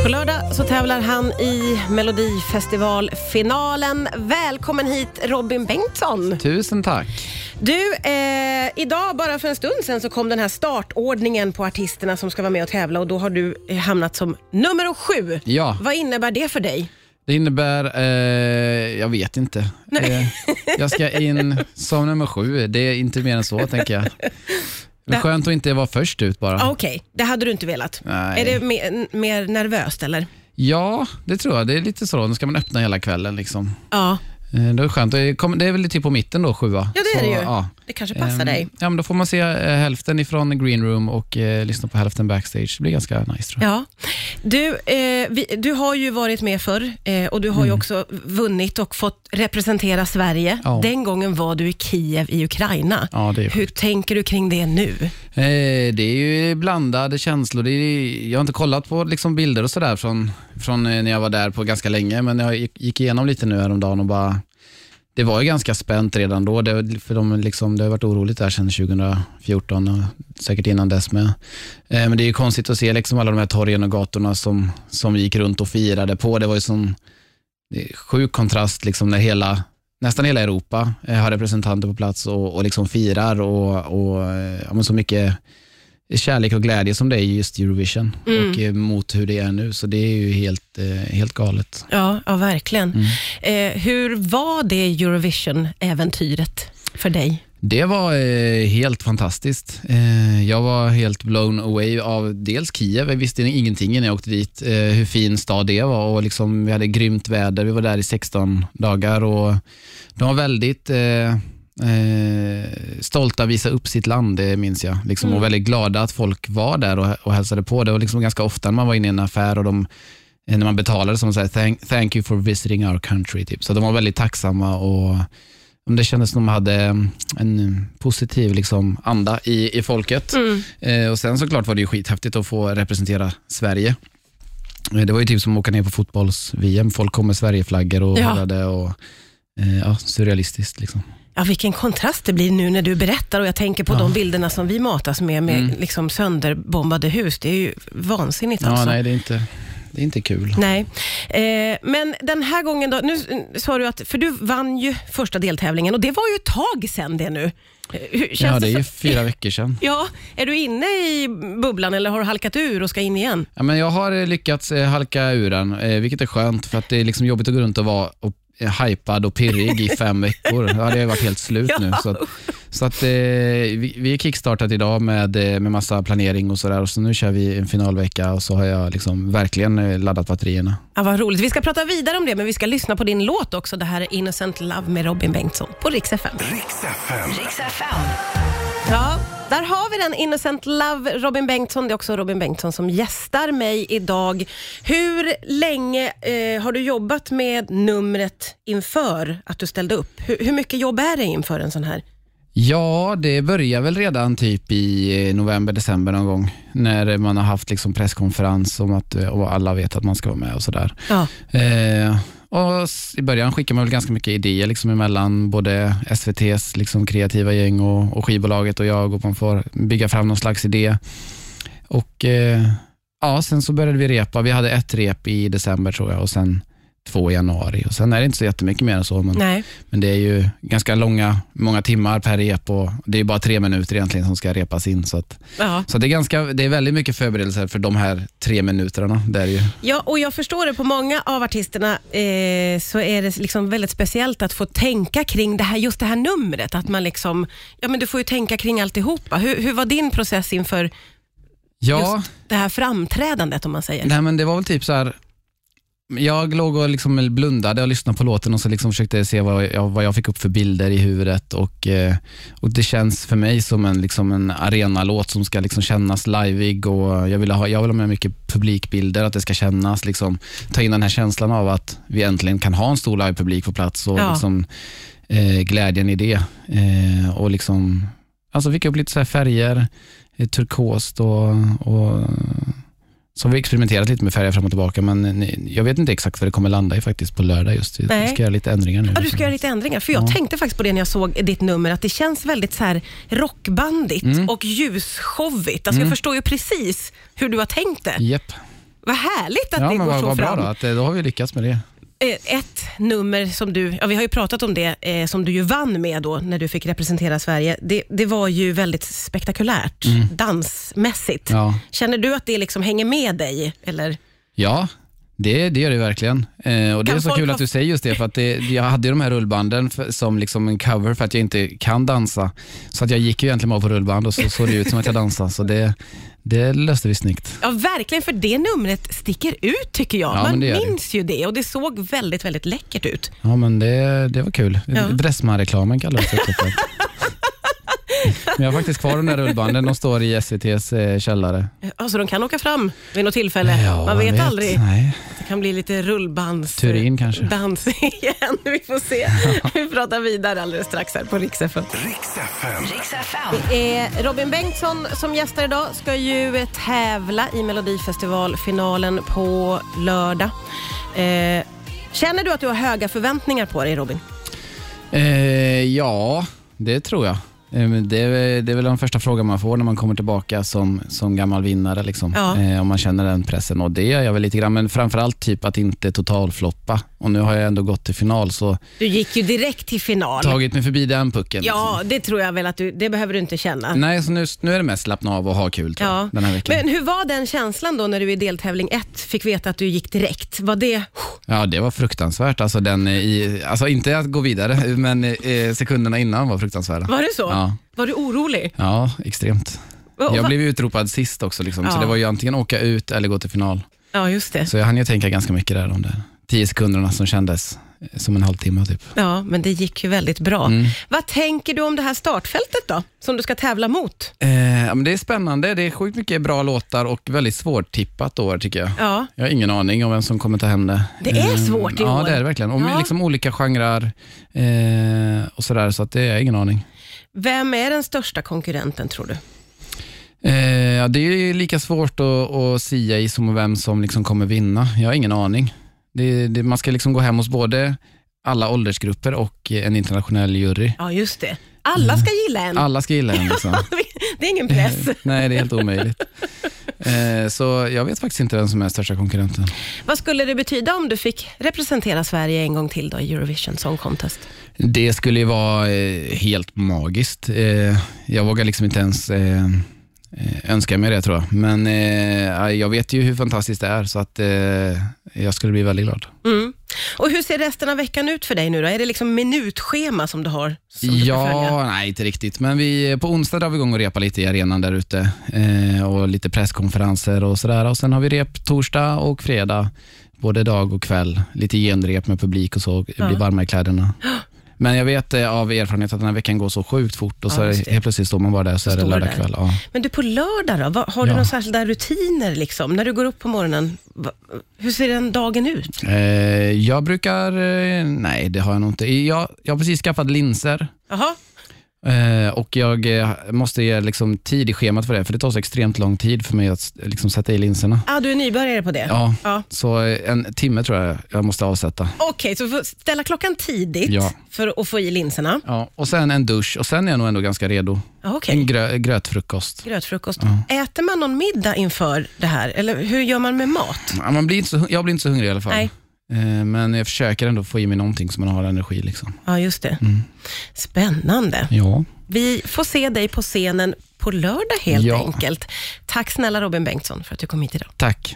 På lördag så tävlar han i Melodifestivalfinalen. Välkommen hit, Robin Bengtsson. Tusen tack. Du, idag bara för en stund sedan så kom den här startordningen på artisterna som ska vara med och tävla. Och då har du hamnat som nummer 7. Ja. Vad innebär det för dig? Det innebär, jag vet inte. Jag ska in som nummer 7. Det är inte mer än så, tänker jag. Det är skönt att inte vara först ut bara. Okej, det hade du inte velat. Nej. Är det mer nervöst eller? Ja, det tror jag. Det är lite så. Nu ska man öppna hela kvällen liksom. Ja. Det är skönt. Det är väl typ på mitten då, 7. Ja, det är det ju. Ja. Det kanske passar dig. Ja, men då får man se hälften ifrån green room och lyssna på hälften backstage. Det blir ganska nice, tror jag. Ja. Du har ju varit med förr och du har ju också vunnit och fått representera Sverige. Ja. Den gången var du i Kiev i Ukraina. Ja, det är Hur tänker du kring det nu? Det är ju blandade känslor. Jag har inte kollat på liksom bilder och sådär från när jag var där på ganska länge, men jag gick igenom lite nu häromdagen och bara... Det var ju ganska spänt redan då, det har varit oroligt där sedan 2014 och säkert innan dess med. Men det är ju konstigt att se liksom alla de här torgen och gatorna som vi gick runt och firade på. Det var ju sån sjuk kontrast liksom när nästan hela Europa har representanter på plats och liksom firar och så mycket kärlek och glädje som det är just Eurovision och mot hur det är nu, så det är ju helt galet. Ja, verkligen. Hur var det Eurovision-äventyret för dig? Det var helt fantastiskt. Jag var helt blown away av dels Kiev. Jag visste ingenting när jag åkte dit, hur fin stad det var, och liksom, vi hade grymt väder. Vi var där i 16 dagar och de var väldigt stolta att visa upp sitt land, det minns jag liksom, och väldigt glada att folk var där och hälsade på. Det var liksom ganska ofta när man var inne i en affär och när man betalade som så här, thank you for visiting our country typ. Så de var väldigt tacksamma och det kändes som de hade en positiv liksom anda i folket. Och sen såklart var det ju skithäftigt att få representera Sverige. Det var ju typ som att åka ner på fotbolls-VM. Folk kom med Sverigeflaggor och hade och surrealistiskt liksom. Ja, vilken kontrast det blir nu när du berättar, och jag tänker på de bilderna som vi matas med liksom sönderbombade hus. Det är ju vansinnigt alltså. Ja, nej, det är inte kul. Nej, men den här gången då, nu sa du för du vann ju första deltävlingen och det var ju ett tag sedan det nu. Ja, det är ju 4 veckor sedan. Ja, är du inne i bubblan eller har du halkat ur och ska in igen? Ja, men jag har lyckats halka ur den, vilket är skönt för att det är liksom jobbigt att gå runt och vara hypad och pirrig i 5 veckor. Ja, det har varit helt slut nu. Så att vi är kickstartat idag med massa planering och sådär. Och så nu kör vi en finalvecka och så har jag liksom verkligen laddat batterierna. Ja, vad roligt. Vi ska prata vidare om det, men vi ska lyssna på din låt också. Det här är Innocent Love med Robin Bengtsson på Rix FM. Rix FM. Ja, där har vi den, Innocent Love, Robin Bengtsson. Det är också Robin Bengtsson som gästar mig idag. Hur länge har du jobbat med numret inför att du ställde upp? Hur mycket jobb är det inför en sån här? Ja, det börjar väl redan typ i november-december någon gång. När man har haft liksom presskonferens om och alla vet att man ska vara med och sådär. Ja. Och i början skickar man väl ganska mycket idéer liksom emellan både SVT:s liksom kreativa gäng och skivbolaget och jag, och man får bygga fram någon slags idé. Och sen så började vi repa. Vi hade 1 rep i december tror jag och sen 2 i januari. Och sen är det inte så jättemycket mer än så. Men det är ju ganska många timmar per rep och det är bara 3 minuter egentligen som ska repas in. Så det är väldigt mycket förberedelser för de här 3 minuterna. Det är ju. Ja, och jag förstår det, på många av artisterna så är det liksom väldigt speciellt att få tänka kring just det här numret. Att man liksom, men du får ju tänka kring alltihopa. Hur var din process inför just det här framträdandet, om man säger? Nej, men det var väl typ så här. Jag låg och liksom blundade och lyssnade på låten och så liksom försökte se vad jag fick upp för bilder i huvudet och det känns för mig som en arenalåt som ska liksom kännas liveig, och jag vill ha med mycket publikbilder, att det ska kännas liksom, ta in den här känslan av att vi äntligen kan ha en stor livepublik på plats och liksom glädjen i det och liksom, alltså fick upp lite så här färger, turkost och så har vi experimenterat lite med färger fram och tillbaka, men jag vet inte exakt vad det kommer landa i faktiskt på lördag just. Vi ska göra lite ändringar nu. Ja, du ska göra lite ändringar, för jag tänkte faktiskt på det när jag såg ditt nummer, att det känns väldigt så här rockbandigt och ljusshowigt. Alltså jag förstår ju precis hur du har tänkt det. Japp. Vad härligt att Ja, det men går vad så bra fram. då, att då har vi lyckats med det. Ett nummer som vi har ju pratat om det, som du ju vann med då när du fick representera Sverige. Det var ju väldigt spektakulärt, dansmässigt. Ja. Känner du att det liksom hänger med dig? Eller? Ja, det gör det verkligen. Och det är så kul att du säger just det, för att jag hade ju de här rullbanden som liksom en cover för att jag inte kan dansa. Så att jag gick ju egentligen bara på rullband och så såg det ut som att jag dansade. Så det löste vi snyggt. Ja, verkligen, för det numret sticker ut tycker jag. Ja, Man det minns ju det och det såg väldigt, väldigt läckert ut. Ja, men det var kul. Ja. Dressman-reklamen kallades det för. Men jag har faktiskt kvar de där rullbanden. De står i SVT:s källare. Alltså de kan åka fram vid något tillfälle. Ja, Man vet aldrig. Nej. Det kan bli lite rullbands... Turin kanske. Dans igen. Vi får se. Vi pratar vidare alldeles strax här på Rix FM. Rix FM. Det är Robin Bengtsson som gästar idag. Ska ju tävla i Melodifestivalfinalen på lördag. Känner du att du har höga förväntningar på dig, Robin? Ja, det tror jag. Det är väl den första frågan man får när man kommer tillbaka som gammal vinnare liksom. Ja. Om man känner den pressen, och det gör jag väl lite grann, men framförallt typ att inte totalfloppa, och nu har jag ändå gått till final, så Du gick ju direkt till final. tagit mig förbi den pucken. Ja, det tror jag väl att det behöver du inte känna. Nej, så nu är det mest slappna av och ha kul tror jag, den här veckan. Men hur var den känslan då när du i deltävling 1 fick veta att du gick direkt? Var det... Ja, det var fruktansvärt. Alltså, alltså inte att gå vidare, men sekunderna innan var fruktansvärda. Var det så? Ja. Var du orolig? Ja, extremt. Jag blev utropad sist också liksom, Ja. så det var ju antingen åka ut eller gå till final. Ja, just det. Så jag hann ju tänka ganska mycket där om det. 10 sekunderna som kändes som en halvtimme typ. Ja, men det gick ju väldigt bra. Vad tänker du om det här startfältet då, som du ska tävla mot? Ja, men det är spännande, det är sjukt mycket bra låtar och väldigt svårtippat år tycker jag. Ja. Jag har ingen aning om vem som kommer ta hem det. Det är svårt i år. Ja, det är det verkligen. Och Ja. liksom olika genrer och sådär, så att det är ingen aning. Vem är den största konkurrenten tror du? Ja, det är lika svårt att sia i som vem som liksom kommer vinna. Jag har ingen aning. Man ska liksom gå hem hos både alla åldersgrupper och en internationell jury. Ja, just det. Alla ska gilla en. Alla ska gilla en. Liksom. Det är ingen press. Nej, det är helt omöjligt. Så jag vet faktiskt inte vem som är största konkurrenten. Vad skulle det betyda om du fick representera Sverige en gång till då i Eurovision Song Contest? Det skulle ju vara helt magiskt. Jag vågar liksom inte ens önska mig det tror jag. Men jag vet ju hur fantastiskt det är, så att jag skulle bli väldigt glad. Mm. Och hur ser resten av veckan ut för dig nu då? Är det liksom minutschema som du har? Som du ska följa? Nej, inte riktigt. Men på onsdag drar vi igång och repa lite i arenan där ute. Och lite presskonferenser och sådär. Och sen har vi rep torsdag och fredag. Både dag och kväll. Lite genrep med publik och så. Det blir varma i kläderna. Men jag vet av erfarenhet att den här veckan går så sjukt fort, och så helt plötsligt står man bara där, så är det lördag kväll. Ja. Men du, på lördag då? Har du några särskilda rutiner liksom? När du går upp på morgonen, hur ser den dagen ut? Jag brukar, nej det har jag nog inte. Jag har precis skaffat linser. Jaha. Och jag måste ge liksom tid i schemat för det, för det tar så extremt lång tid för mig att liksom sätta i linserna. Du är nybörjare på det? Ja. Så en timme tror jag måste avsätta. Okej, så du får ställa klockan tidigt för att få i linserna. Ja, och sen en dusch, och sen är jag nog ändå ganska redo. Okay. En grötfrukost. Grötfrukost. Äter man någon middag inför det här? Eller hur gör man med mat? Ja, jag blir inte så hungrig i alla fall. Nej. Men jag försöker ändå få i mig någonting så man har energi liksom. Ja, just det. Spännande. Ja. Vi får se dig på scenen på lördag helt enkelt. Tack snälla Robin Bengtsson för att du kom hit idag. Tack.